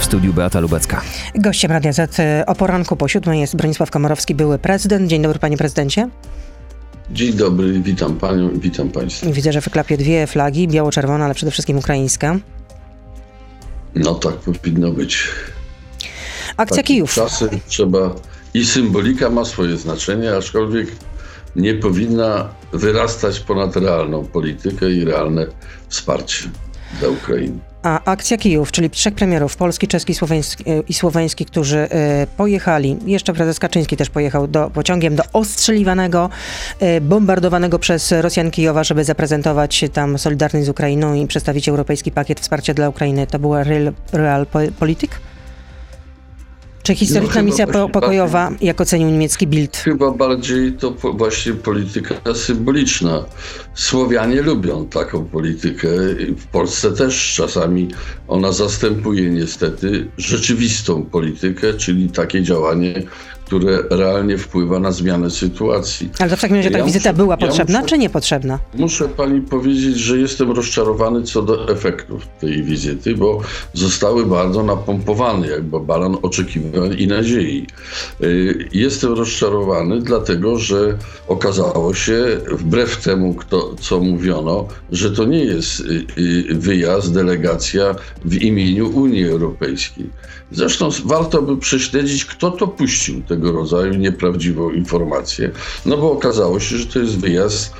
studiu Beata Lubecka. Gościem Radia Z o poranku po 7 jest Bronisław Komorowski, były prezydent. Dzień dobry, panie prezydencie. Dzień dobry, witam panią i witam państwa. Widzę, że wyklapie dwie flagi, biało-czerwona, ale przede wszystkim ukraińska. No tak powinno być. Akcja Kijów. Czasy trzeba i symbolika ma swoje znaczenie, aczkolwiek nie powinna wyrastać ponad realną politykę i realne wsparcie dla Ukrainy. A akcja Kijów, czyli 3 premierów, polski, czeski i słoweński, którzy pojechali, jeszcze prezes Kaczyński też pojechał pociągiem do ostrzeliwanego, bombardowanego przez Rosjan Kijowa, żeby zaprezentować tam solidarność z Ukrainą i przedstawić europejski pakiet wsparcia dla Ukrainy. To była realpolitik? Czy historyczna misja pokojowa, jak ocenił niemiecki Bild? Chyba bardziej to właśnie polityka symboliczna. Słowianie lubią taką politykę. W Polsce też czasami ona zastępuje niestety rzeczywistą politykę, czyli takie działanie, które realnie wpływa na zmianę sytuacji. Ale to w takim razie ta wizyta była potrzebna, czy niepotrzebna? Muszę pani powiedzieć, że jestem rozczarowany co do efektów tej wizyty, bo zostały bardzo napompowane, jakby balon oczekiwań i nadziei. Jestem rozczarowany, dlatego że okazało się, wbrew temu, co mówiono, że to nie jest wyjazd, delegacja w imieniu Unii Europejskiej. Zresztą warto by prześledzić, kto to puścił tego rodzaju nieprawdziwą informację, no bo okazało się, że to jest wyjazd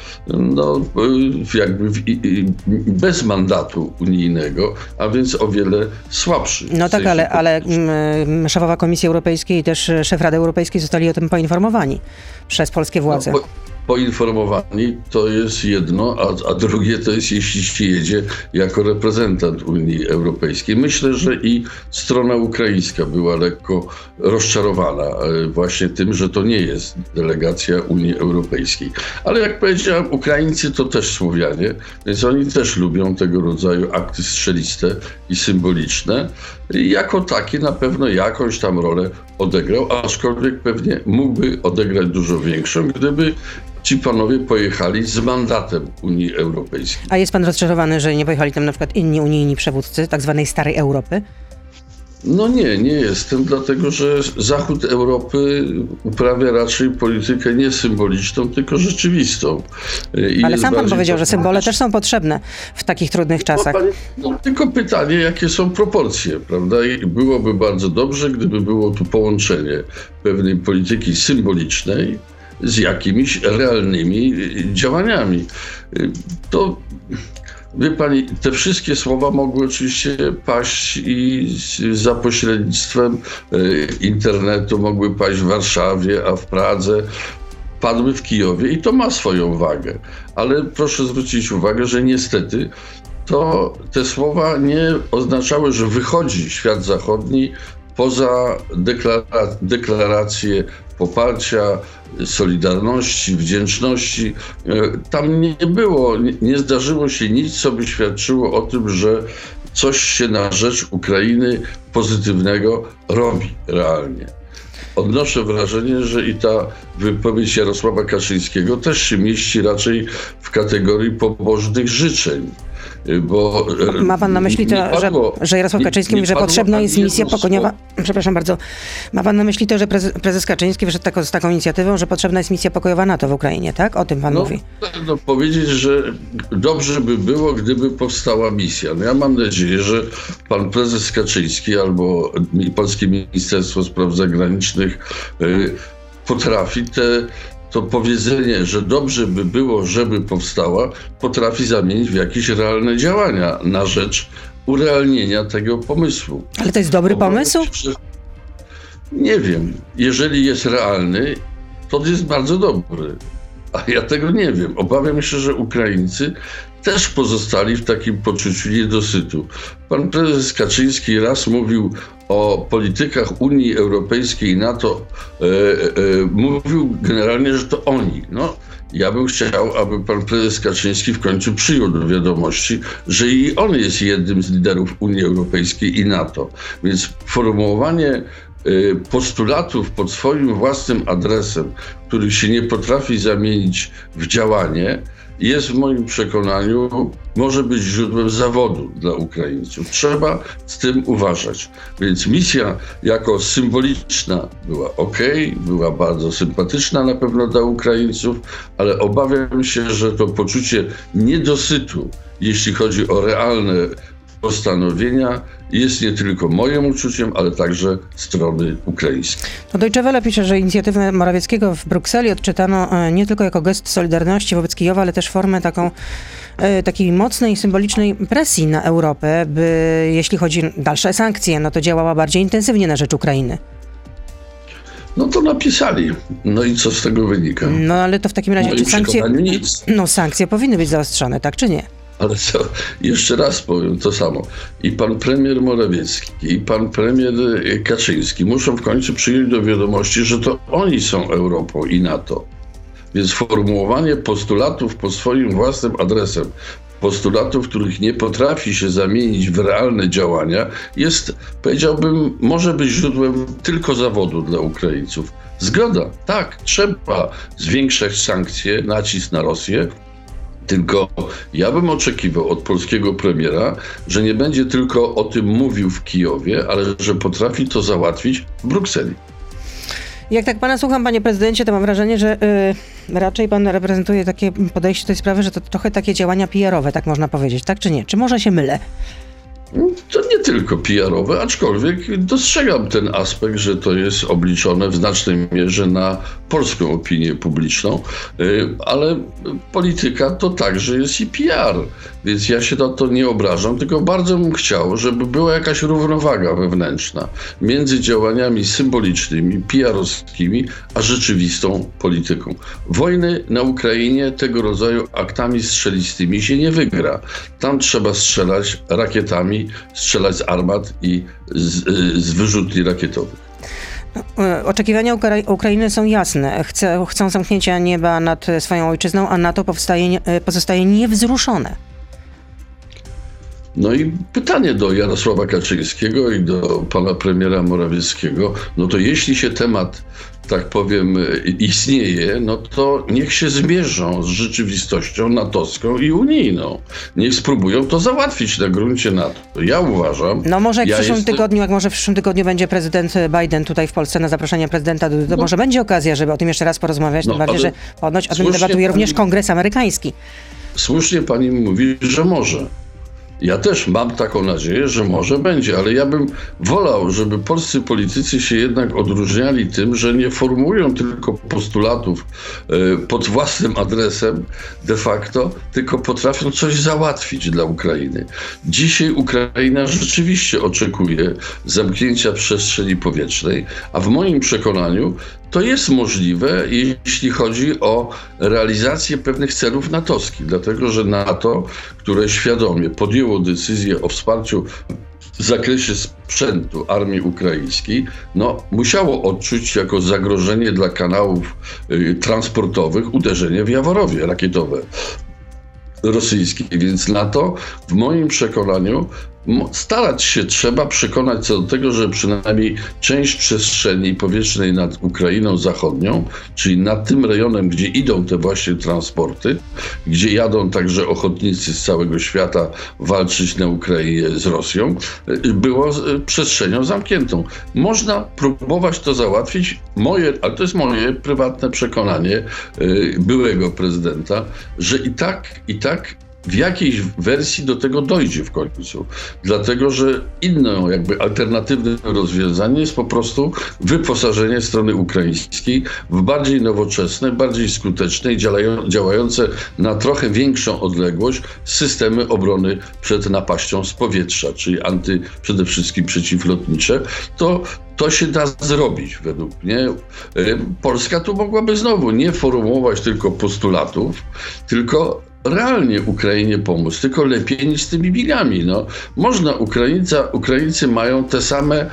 bez mandatu unijnego, a więc o wiele słabszy. No tak, ale szefowa Komisji Europejskiej i też szef Rady Europejskiej zostali o tym poinformowani przez polskie władze. Poinformowani to jest jedno, a drugie to jest, jeśli się jedzie jako reprezentant Unii Europejskiej. Myślę, że i strona ukraińska była lekko rozczarowana właśnie tym, że to nie jest delegacja Unii Europejskiej. Ale jak powiedziałem, Ukraińcy to też Słowianie, więc oni też lubią tego rodzaju akty strzeliste i symboliczne. I jako taki na pewno jakąś tam rolę odegrał, aczkolwiek pewnie mógłby odegrać dużo większą, gdyby ci panowie pojechali z mandatem Unii Europejskiej. A jest pan rozczarowany, że nie pojechali tam na przykład inni unijni przywódcy tak zwanej starej Europy? No nie jestem, dlatego że Zachód Europy uprawia raczej politykę nie symboliczną, tylko rzeczywistą. Ale sam pan powiedział, że symbole też są potrzebne w takich trudnych czasach. Tylko pytanie, jakie są proporcje, prawda? I byłoby bardzo dobrze, gdyby było tu połączenie pewnej polityki symbolicznej z jakimiś realnymi działaniami. To, wie pani, te wszystkie słowa mogły oczywiście paść i za pośrednictwem internetu mogły paść w Warszawie, a w Pradze padły w Kijowie i to ma swoją wagę. Ale proszę zwrócić uwagę, że niestety to te słowa nie oznaczały, że wychodzi świat zachodni poza deklarację poparcia, solidarności, wdzięczności. Tam nie zdarzyło się nic, co by świadczyło o tym, że coś się na rzecz Ukrainy pozytywnego robi realnie. Odnoszę wrażenie, że i ta wypowiedź Jarosława Kaczyńskiego też się mieści raczej w kategorii pobożnych życzeń. Bo ma pan na myśli to, że Jarosław Kaczyński mówi, że potrzebna jest misja pokojowa? Przepraszam bardzo. Ma pan na myśli to, że prezes Kaczyński wyszedł z taką inicjatywą, że potrzebna jest misja pokojowa NATO w Ukrainie, tak? O tym pan mówi. Powiedzieć, że dobrze by było, gdyby powstała misja. No ja mam nadzieję, że pan prezes Kaczyński albo Polskie Ministerstwo Spraw Zagranicznych potrafi to powiedzenie, że dobrze by było, żeby powstała, potrafi zamienić w jakieś realne działania na rzecz urealnienia tego pomysłu. Ale to jest dobry pomysł? Nie wiem. Jeżeli jest realny, to jest bardzo dobry. A ja tego nie wiem. Obawiam się, że Ukraińcy też pozostali w takim poczuciu niedosytu. Pan prezes Kaczyński raz mówił o politykach Unii Europejskiej i NATO, mówił generalnie, że to oni. No, ja bym chciał, aby pan prezes Kaczyński w końcu przyjął do wiadomości, że i on jest jednym z liderów Unii Europejskiej i NATO. Więc formułowanie postulatów pod swoim własnym adresem, których się nie potrafi zamienić w działanie, jest w moim przekonaniu, może być źródłem zawodu dla Ukraińców. Trzeba z tym uważać. Więc misja jako symboliczna była była bardzo sympatyczna na pewno dla Ukraińców, ale obawiam się, że to poczucie niedosytu, jeśli chodzi o realne postanowienia, jest nie tylko moim uczuciem, ale także strony ukraińskiej. No Deutsche Welle pisze, że inicjatywę Morawieckiego w Brukseli odczytano nie tylko jako gest solidarności wobec Kijowa, ale też formę takiej mocnej, symbolicznej presji na Europę, by jeśli chodzi o dalsze sankcje, no to działała bardziej intensywnie na rzecz Ukrainy. No to napisali. No i co z tego wynika? No ale to w takim razie nic. No sankcje powinny być zaostrzone, tak czy nie? Ale co, jeszcze raz powiem to samo. I pan premier Morawiecki, i pan premier Kaczyński muszą w końcu przyjąć do wiadomości, że to oni są Europą i NATO. Więc formułowanie postulatów pod swoim własnym adresem, postulatów, których nie potrafi się zamienić w realne działania, jest, powiedziałbym, może być źródłem tylko zawodu dla Ukraińców. Zgoda, tak, trzeba zwiększać sankcje, nacisk na Rosję, tylko ja bym oczekiwał od polskiego premiera, że nie będzie tylko o tym mówił w Kijowie, ale że potrafi to załatwić w Brukseli. Jak tak pana słucham, panie prezydencie, to mam wrażenie, że raczej pan reprezentuje takie podejście do tej sprawy, że to trochę takie działania PR-owe, tak można powiedzieć, tak czy nie? Czy może się mylę? To nie tylko PR-owe, aczkolwiek dostrzegam ten aspekt, że to jest obliczone w znacznej mierze na polską opinię publiczną, ale polityka to także jest i PR, więc ja się na to nie obrażam, tylko bardzo bym chciał, żeby była jakaś równowaga wewnętrzna między działaniami symbolicznymi, PR-owskimi, a rzeczywistą polityką. Wojny na Ukrainie tego rodzaju aktami strzelistymi się nie Tam trzeba strzelać rakietami, strzelać z armat i z wyrzutni rakietowych. Oczekiwania Ukrainy są jasne. Chcą zamknięcia nieba nad swoją ojczyzną, a NATO pozostaje niewzruszone. No i pytanie do Jarosława Kaczyńskiego i do pana premiera Morawieckiego, no to jeśli się temat, tak powiem, istnieje, no to niech się zmierzą z rzeczywistością natowską i unijną. Niech spróbują to załatwić na gruncie NATO. Ja uważam... No może jak w przyszłym tygodniu będzie prezydent Biden tutaj w Polsce na zaproszenie prezydenta Dudy, to może będzie okazja, żeby o tym jeszcze raz porozmawiać, tym bardziej, że ponoć o tym debatuje również Kongres amerykański. Słusznie pani mówi, że może. Ja też mam taką nadzieję, że może będzie, ale ja bym wolał, żeby polscy politycy się jednak odróżniali tym, że nie formułują tylko postulatów pod własnym adresem de facto, tylko potrafią coś załatwić dla Ukrainy. Dzisiaj Ukraina rzeczywiście oczekuje zamknięcia przestrzeni powietrznej, a w moim przekonaniu to jest możliwe, jeśli chodzi o realizację pewnych celów natowskich, dlatego że NATO, które świadomie podjęło decyzję o wsparciu w zakresie sprzętu armii ukraińskiej, musiało odczuć jako zagrożenie dla kanałów transportowych uderzenie w Jaworowie rakietowe rosyjskie. Więc NATO, w moim przekonaniu, starać się trzeba przekonać co do tego, że przynajmniej część przestrzeni powietrznej nad Ukrainą Zachodnią, czyli nad tym rejonem, gdzie idą te właśnie transporty, gdzie jadą także ochotnicy z całego świata walczyć na Ukrainie z Rosją, było przestrzenią zamkniętą. Można próbować to załatwić. Ale to jest moje prywatne przekonanie byłego prezydenta, że i tak w jakiejś wersji do tego dojdzie w końcu. Dlatego, że inną alternatywne rozwiązanie jest po prostu wyposażenie strony ukraińskiej w bardziej nowoczesne, bardziej skuteczne i działające na trochę większą odległość systemy obrony przed napaścią z powietrza, czyli przede wszystkim przeciwlotnicze. To się da zrobić według mnie. Polska tu mogłaby znowu nie formułować tylko postulatów, tylko realnie Ukrainie pomóc, tylko lepiej niż z tymi bigami. Ukraińcy mają te same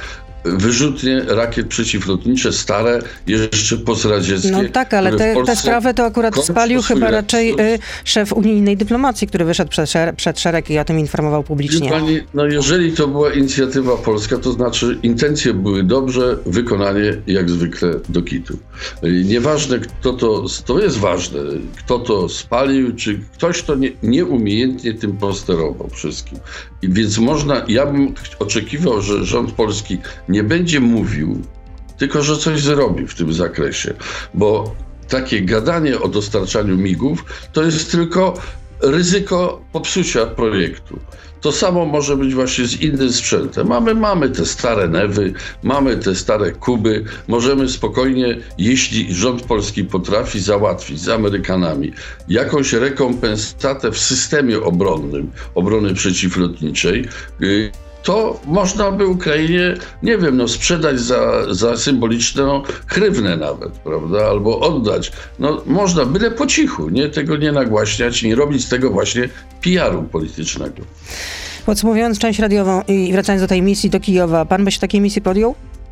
wyrzutnie rakiet przeciwlotnicze stare, jeszcze postradzieckie. No tak, ale te sprawy to akurat spalił chyba raczej szef unijnej dyplomacji, który wyszedł przed szereg i o tym informował publicznie. Pani, no jeżeli to była inicjatywa polska, to znaczy intencje były dobrze, wykonanie jak zwykle do kitu. Nieważne kto to jest ważne, kto to spalił, czy ktoś to nieumiejętnie tym posterował wszystkim. I więc ja bym oczekiwał, że rząd polski nie będzie mówił, tylko że coś zrobi w tym zakresie, bo takie gadanie o dostarczaniu migów to jest tylko ryzyko popsucia projektu. To samo może być właśnie z innym sprzętem. Mamy te stare Newy, mamy te stare Kuby. Możemy spokojnie, jeśli rząd polski potrafi załatwić z Amerykanami jakąś rekompensatę w systemie obronnym, obrony przeciwlotniczej, to można by Ukrainie, nie wiem, sprzedać za symboliczną hrywnę nawet, prawda, albo oddać. Można, byle po cichu, tego nie nagłaśniać, nie robić z tego właśnie PR-u politycznego. Podsumowując część radiową i wracając do tej misji do Kijowa, pan by się takiej misji podjął?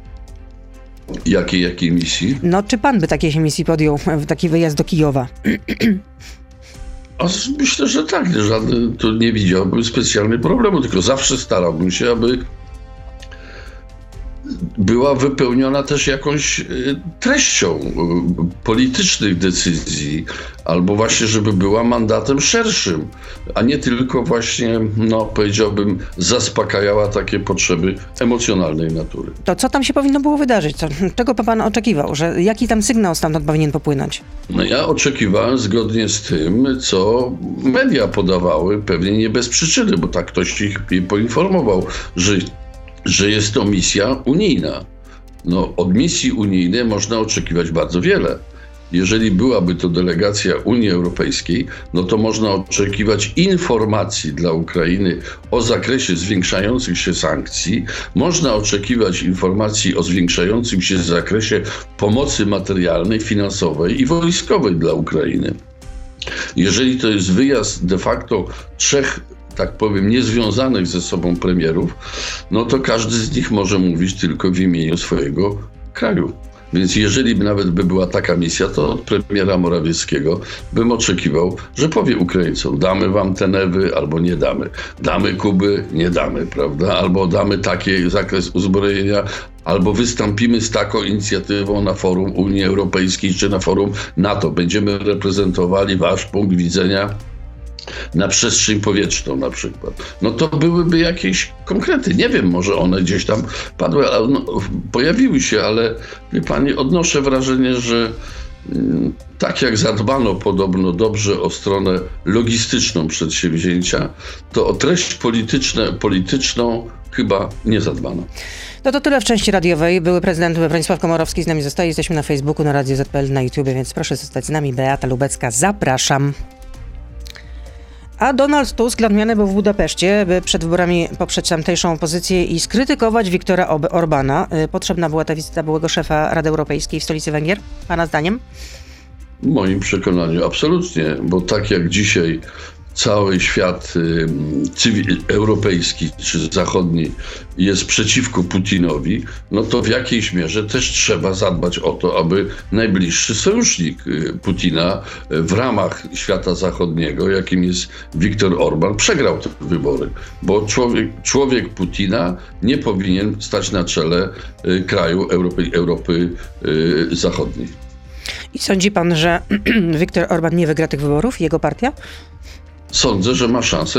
Jakiej misji? Czy pan by takiej misji podjął, taki wyjazd do Kijowa? Myślę, że tak. Tu nie widziałbym specjalnego problemu, tylko zawsze starałbym się, aby była wypełniona też jakąś treścią politycznych decyzji, albo właśnie, żeby była mandatem szerszym, a nie tylko właśnie, powiedziałbym, zaspokajała takie potrzeby emocjonalnej natury. To co tam się powinno było wydarzyć? Czego pan oczekiwał? Jaki tam sygnał stamtąd powinien popłynąć? Ja oczekiwałem zgodnie z tym, co media podawały, pewnie nie bez przyczyny, bo tak ktoś ich poinformował, że jest to misja unijna. Od misji unijnej można oczekiwać bardzo wiele. Jeżeli byłaby to delegacja Unii Europejskiej, to można oczekiwać informacji dla Ukrainy o zakresie zwiększających się sankcji, można oczekiwać informacji o zwiększającym się zakresie pomocy materialnej, finansowej i wojskowej dla Ukrainy. Jeżeli to jest wyjazd de facto 3, tak powiem, niezwiązanych ze sobą premierów, to każdy z nich może mówić tylko w imieniu swojego kraju. Więc jeżeli nawet by była taka misja, to od premiera Morawieckiego bym oczekiwał, że powie Ukraińcom: damy wam te Newy, albo nie damy. Damy Kuby, nie damy, prawda? Albo damy taki zakres uzbrojenia, albo wystąpimy z taką inicjatywą na forum Unii Europejskiej czy na forum NATO. Będziemy reprezentowali wasz punkt widzenia na przestrzeń powietrzną na przykład. To byłyby jakieś konkrety. Nie wiem, może one gdzieś tam padły, pojawiły się, ale wie pani, odnoszę wrażenie, że tak jak zadbano podobno dobrze o stronę logistyczną przedsięwzięcia, to o treść polityczną chyba nie zadbano. To tyle w części radiowej. Były prezydent Bronisław Komorowski z nami zostaje. Jesteśmy na Facebooku, na Radio ZPL, na YouTubie, więc proszę zostać z nami. Beata Lubecka, zapraszam. A Donald Tusk dla odmiany był w Budapeszcie, by przed wyborami poprzeć tamtejszą opozycję i skrytykować Viktora Orbana. Potrzebna była ta wizyta byłego szefa Rady Europejskiej w stolicy Węgier? Pana zdaniem? W moim przekonaniu absolutnie, bo tak jak dzisiaj cały świat europejski czy zachodni jest przeciwko Putinowi, to w jakiejś mierze też trzeba zadbać o to, aby najbliższy sojusznik Putina w ramach świata zachodniego, jakim jest Viktor Orban, przegrał te wybory, bo człowiek Putina nie powinien stać na czele kraju Europy Zachodniej. I sądzi pan, że Viktor Orban nie wygra tych wyborów, jego partia? Sądzę, że ma szansę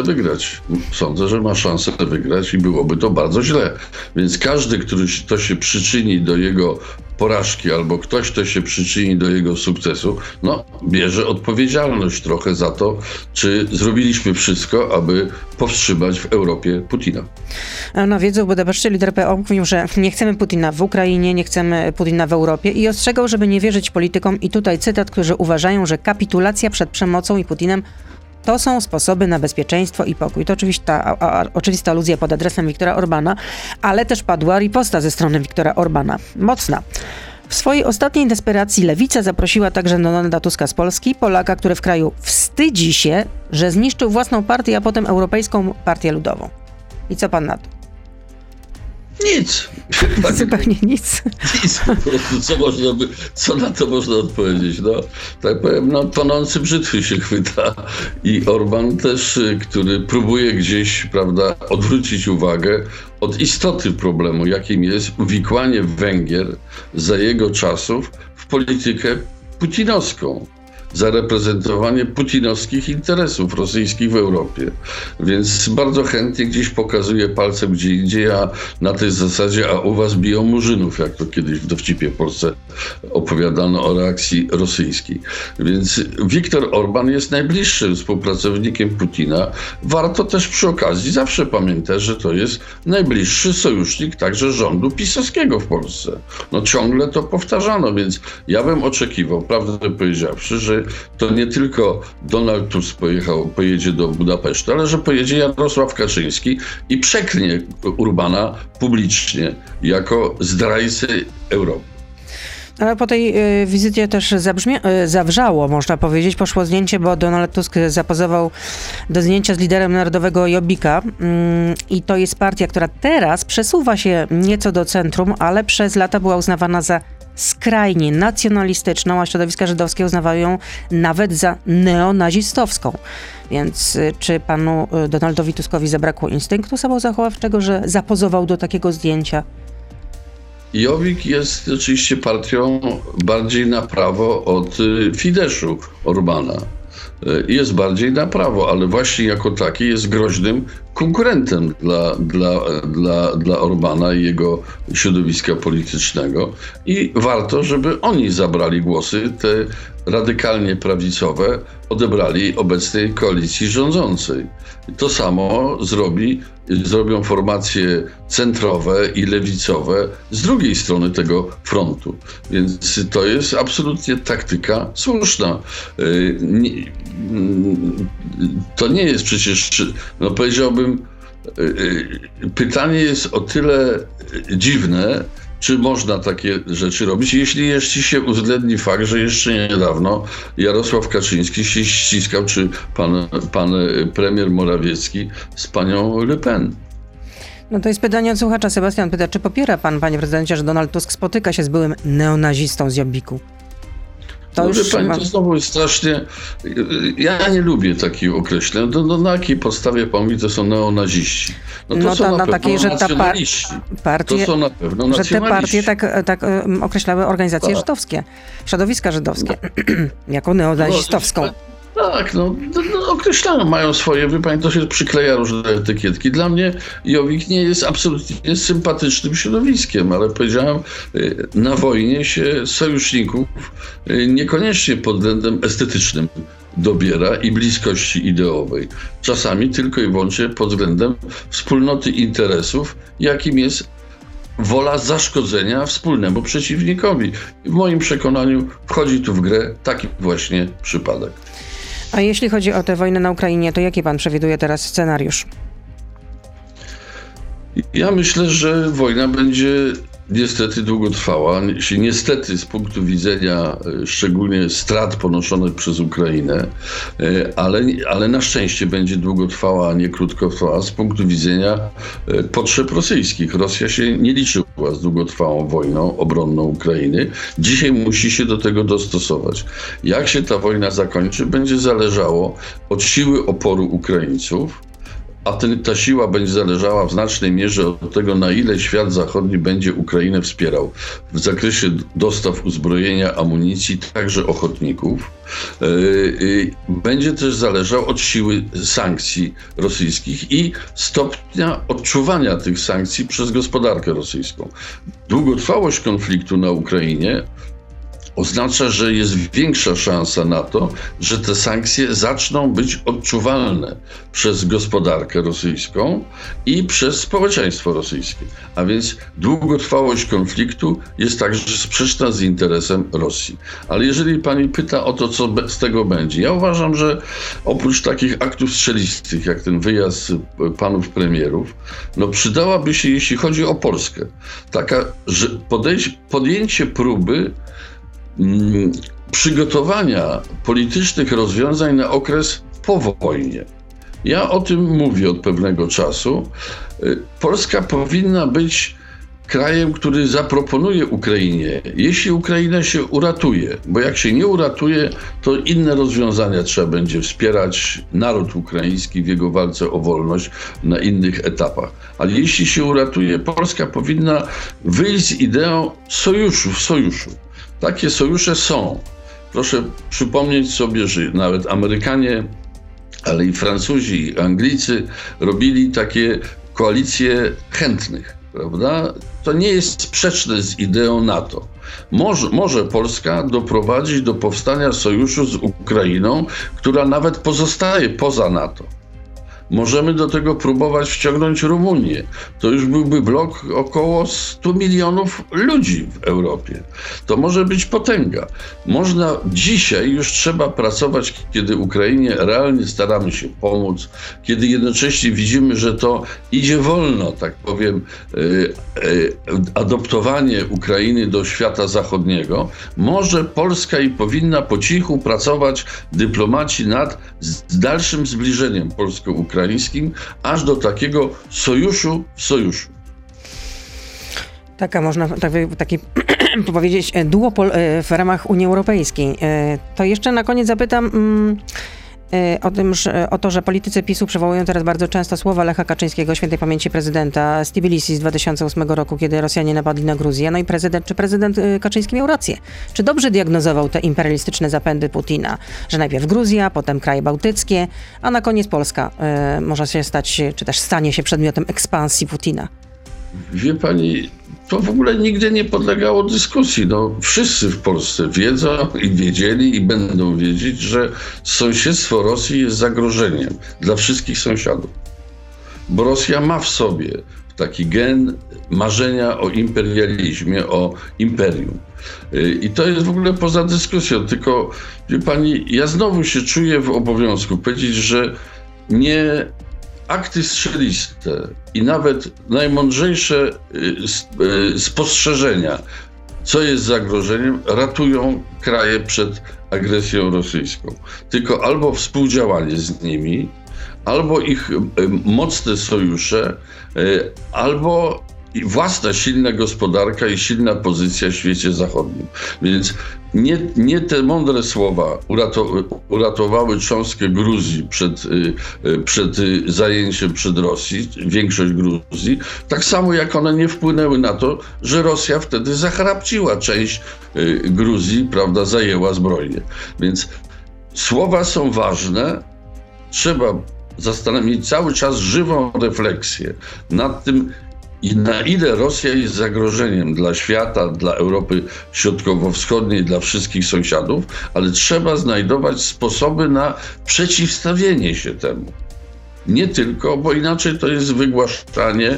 wygrać i byłoby to bardzo źle. Więc każdy, kto się przyczyni do jego porażki albo ktoś, kto się przyczyni do jego sukcesu, bierze odpowiedzialność trochę za to, czy zrobiliśmy wszystko, aby powstrzymać w Europie Putina. Na wiedzę w Budapeszcie lider PO mówił, że nie chcemy Putina w Ukrainie, nie chcemy Putina w Europie i ostrzegał, żeby nie wierzyć politykom, i tutaj cytat, którzy uważają, że kapitulacja przed przemocą i Putinem to są sposoby na bezpieczeństwo i pokój. To oczywista aluzja pod adresem Viktora Orbana, ale też padła riposta ze strony Viktora Orbana. Mocna. W swojej ostatniej desperacji lewica zaprosiła także Donalda Tuska z Polski, Polaka, który w kraju wstydzi się, że zniszczył własną partię, a potem Europejską Partię Ludową. I co pan na to? Nic. Zupełnie nic. Nic po prostu, co na to można odpowiedzieć? No, tak powiem, no, tonący brzytwy się chwyta i Orbán też, który próbuje gdzieś, prawda, odwrócić uwagę od istoty problemu, jakim jest uwikłanie Węgier za jego czasów w politykę putinowską, za reprezentowanie putinowskich interesów rosyjskich w Europie. Więc bardzo chętnie gdzieś pokazuje palcem gdzie indziej, a na tej zasadzie, a u was biją murzynów, jak to kiedyś w dowcipie w Polsce opowiadano o reakcji rosyjskiej. Więc Viktor Orbán jest najbliższym współpracownikiem Putina. Warto też przy okazji zawsze pamiętać, że to jest najbliższy sojusznik także rządu pisowskiego w Polsce. No ciągle to powtarzano, więc ja bym oczekiwał, prawdę powiedziawszy, że to nie tylko Donald Tusk pojedzie do Budapesztu, ale że pojedzie Jarosław Kaczyński i przeknie Orbána publicznie jako zdrajcę Europy. Ale po tej wizycie też zawrzało, można powiedzieć, poszło zdjęcie, bo Donald Tusk zapozował do zdjęcia z liderem narodowego Jobbika i to jest partia, która teraz przesuwa się nieco do centrum, ale przez lata była uznawana za skrajnie nacjonalistyczną, a środowiska żydowskie uznawają ją nawet za neonazistowską. Więc czy panu Donaldowi Tuskowi zabrakło instynktu samozachowawczego, że zapozował do takiego zdjęcia? Jobbik jest oczywiście partią bardziej na prawo od Fideszu Orbána. Jest bardziej na prawo, ale właśnie jako taki jest groźnym konkurentem dla Orbána i jego środowiska politycznego. I warto, żeby oni zabrali głosy, te radykalnie prawicowe, odebrali obecnej koalicji rządzącej. To samo zrobią formacje centrowe i lewicowe z drugiej strony tego frontu. Więc to jest absolutnie taktyka słuszna. To nie jest przecież, no powiedziałbym, pytanie jest o tyle dziwne, czy można takie rzeczy robić, jeśli się uwzględni fakt, że jeszcze niedawno Jarosław Kaczyński się ściskał, czy pan premier Morawiecki z panią Le Pen. No to jest pytanie od słuchacza. Sebastian pyta, czy popiera pan, panie prezydencie, że Donald Tusk spotyka się z byłym neonazistą z Jobbiku? To już to znowu jest strasznie... Ja nie lubię takich określeń. Na jakiej podstawie pan mówi, to są neonaziści? No to na takiej, że ta partie, to są na pewno że te partie tak określały organizacje żydowskie, środowiska żydowskie, jako neonazistowską. Tak, określają, mają swoje, wie pani, to się przykleja różne etykietki. Dla mnie Jobbik nie jest absolutnie sympatycznym środowiskiem, ale powiedziałem, na wojnie się sojuszników niekoniecznie pod względem estetycznym dobiera i bliskości ideowej. Czasami tylko i wyłącznie pod względem wspólnoty interesów, jakim jest wola zaszkodzenia wspólnemu przeciwnikowi. W moim przekonaniu wchodzi tu w grę taki właśnie przypadek. A jeśli chodzi o tę wojnę na Ukrainie, to jaki pan przewiduje teraz scenariusz? Ja myślę, że wojna będzie niestety długotrwała. Niestety z punktu widzenia szczególnie strat ponoszonych przez Ukrainę, ale na szczęście będzie długotrwała, a nie krótkotrwała z punktu widzenia potrzeb rosyjskich. Rosja się nie liczyła z długotrwałą wojną obronną Ukrainy. Dzisiaj musi się do tego dostosować. Jak się ta wojna zakończy, będzie zależało od siły oporu Ukraińców, a ta siła będzie zależała w znacznej mierze od tego, na ile świat zachodni będzie Ukrainę wspierał w zakresie dostaw uzbrojenia, amunicji, także ochotników. Będzie też zależał od siły sankcji rosyjskich i stopnia odczuwania tych sankcji przez gospodarkę rosyjską. Długotrwałość konfliktu na Ukrainie oznacza, że jest większa szansa na to, że te sankcje zaczną być odczuwalne przez gospodarkę rosyjską i przez społeczeństwo rosyjskie. A więc długotrwałość konfliktu jest także sprzeczna z interesem Rosji. Ale jeżeli pani pyta o to, co z tego będzie, ja uważam, że oprócz takich aktów strzelistych, jak ten wyjazd panów premierów, przydałaby się, jeśli chodzi o Polskę, taka, że podjęcie próby przygotowania politycznych rozwiązań na okres po wojnie. Ja o tym mówię od pewnego czasu. Polska powinna być krajem, który zaproponuje Ukrainie, jeśli Ukraina się uratuje, bo jak się nie uratuje, to inne rozwiązania trzeba będzie wspierać naród ukraiński w jego walce o wolność na innych etapach. Ale jeśli się uratuje, Polska powinna wyjść z ideą sojuszu. Takie sojusze są. Proszę przypomnieć sobie, że nawet Amerykanie, ale i Francuzi, i Anglicy robili takie koalicje chętnych, prawda? To nie jest sprzeczne z ideą NATO. Może Polska doprowadzić do powstania sojuszu z Ukrainą, która nawet pozostaje poza NATO. Możemy do tego próbować wciągnąć Rumunię. To już byłby blok około 100 milionów ludzi w Europie. To może być potęga. Dzisiaj już trzeba pracować, kiedy Ukrainie realnie staramy się pomóc, kiedy jednocześnie widzimy, że to idzie wolno, tak powiem, adoptowanie Ukrainy do świata zachodniego. Może Polska i powinna po cichu pracować dyplomaci nad dalszym zbliżeniem polsko-ukraińskim, aż do takiego sojuszu w sojuszu. Można taki powiedzieć duopol w ramach Unii Europejskiej. To jeszcze na koniec zapytam o to, że politycy PiS-u przywołują teraz bardzo często słowa Lecha Kaczyńskiego, świętej pamięci prezydenta z Tbilisi z 2008 roku, kiedy Rosjanie napadli na Gruzję. No i prezydent Kaczyński miał rację. Czy dobrze diagnozował te imperialistyczne zapędy Putina, że najpierw Gruzja, potem kraje bałtyckie, a na koniec Polska może się stać, czy też stanie się przedmiotem ekspansji Putina? Wie pani, to w ogóle nigdy nie podlegało dyskusji. Wszyscy w Polsce wiedzą i wiedzieli i będą wiedzieć, że sąsiedztwo Rosji jest zagrożeniem dla wszystkich sąsiadów. Bo Rosja ma w sobie taki gen marzenia o imperializmie, o imperium. I to jest w ogóle poza dyskusją. Tylko, wie pani, ja znowu się czuję w obowiązku powiedzieć, że nie akty strzeliste i nawet najmądrzejsze spostrzeżenia, co jest zagrożeniem, ratują kraje przed agresją rosyjską. Tylko albo współdziałanie z nimi, albo ich mocne sojusze, albo własna silna gospodarka i silna pozycja w świecie zachodnim. Więc nie te mądre słowa uratowały cząstkę Gruzji przed zajęciem przed Rosji, większość Gruzji, tak samo jak one nie wpłynęły na to, że Rosja wtedy zachrapciła część Gruzji, prawda, zajęła zbrojnie. Więc słowa są ważne, trzeba mieć cały czas żywą refleksję nad tym, i na ile Rosja jest zagrożeniem dla świata, dla Europy Środkowo-Wschodniej, dla wszystkich sąsiadów, ale trzeba znajdować sposoby na przeciwstawienie się temu. Nie tylko, bo inaczej to jest wygłaszanie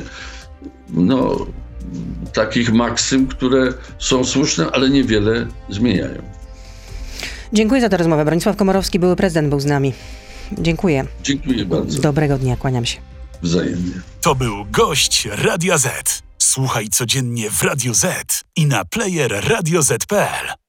takich maksym, które są słuszne, ale niewiele zmieniają. Dziękuję za tę rozmowę. Bronisław Komorowski, były prezydent, był z nami. Dziękuję. Dziękuję bardzo. Dobrego dnia, kłaniam się. Wzajemnie. To był gość Radia Z. Słuchaj codziennie w Radio Z i na player radioz.pl.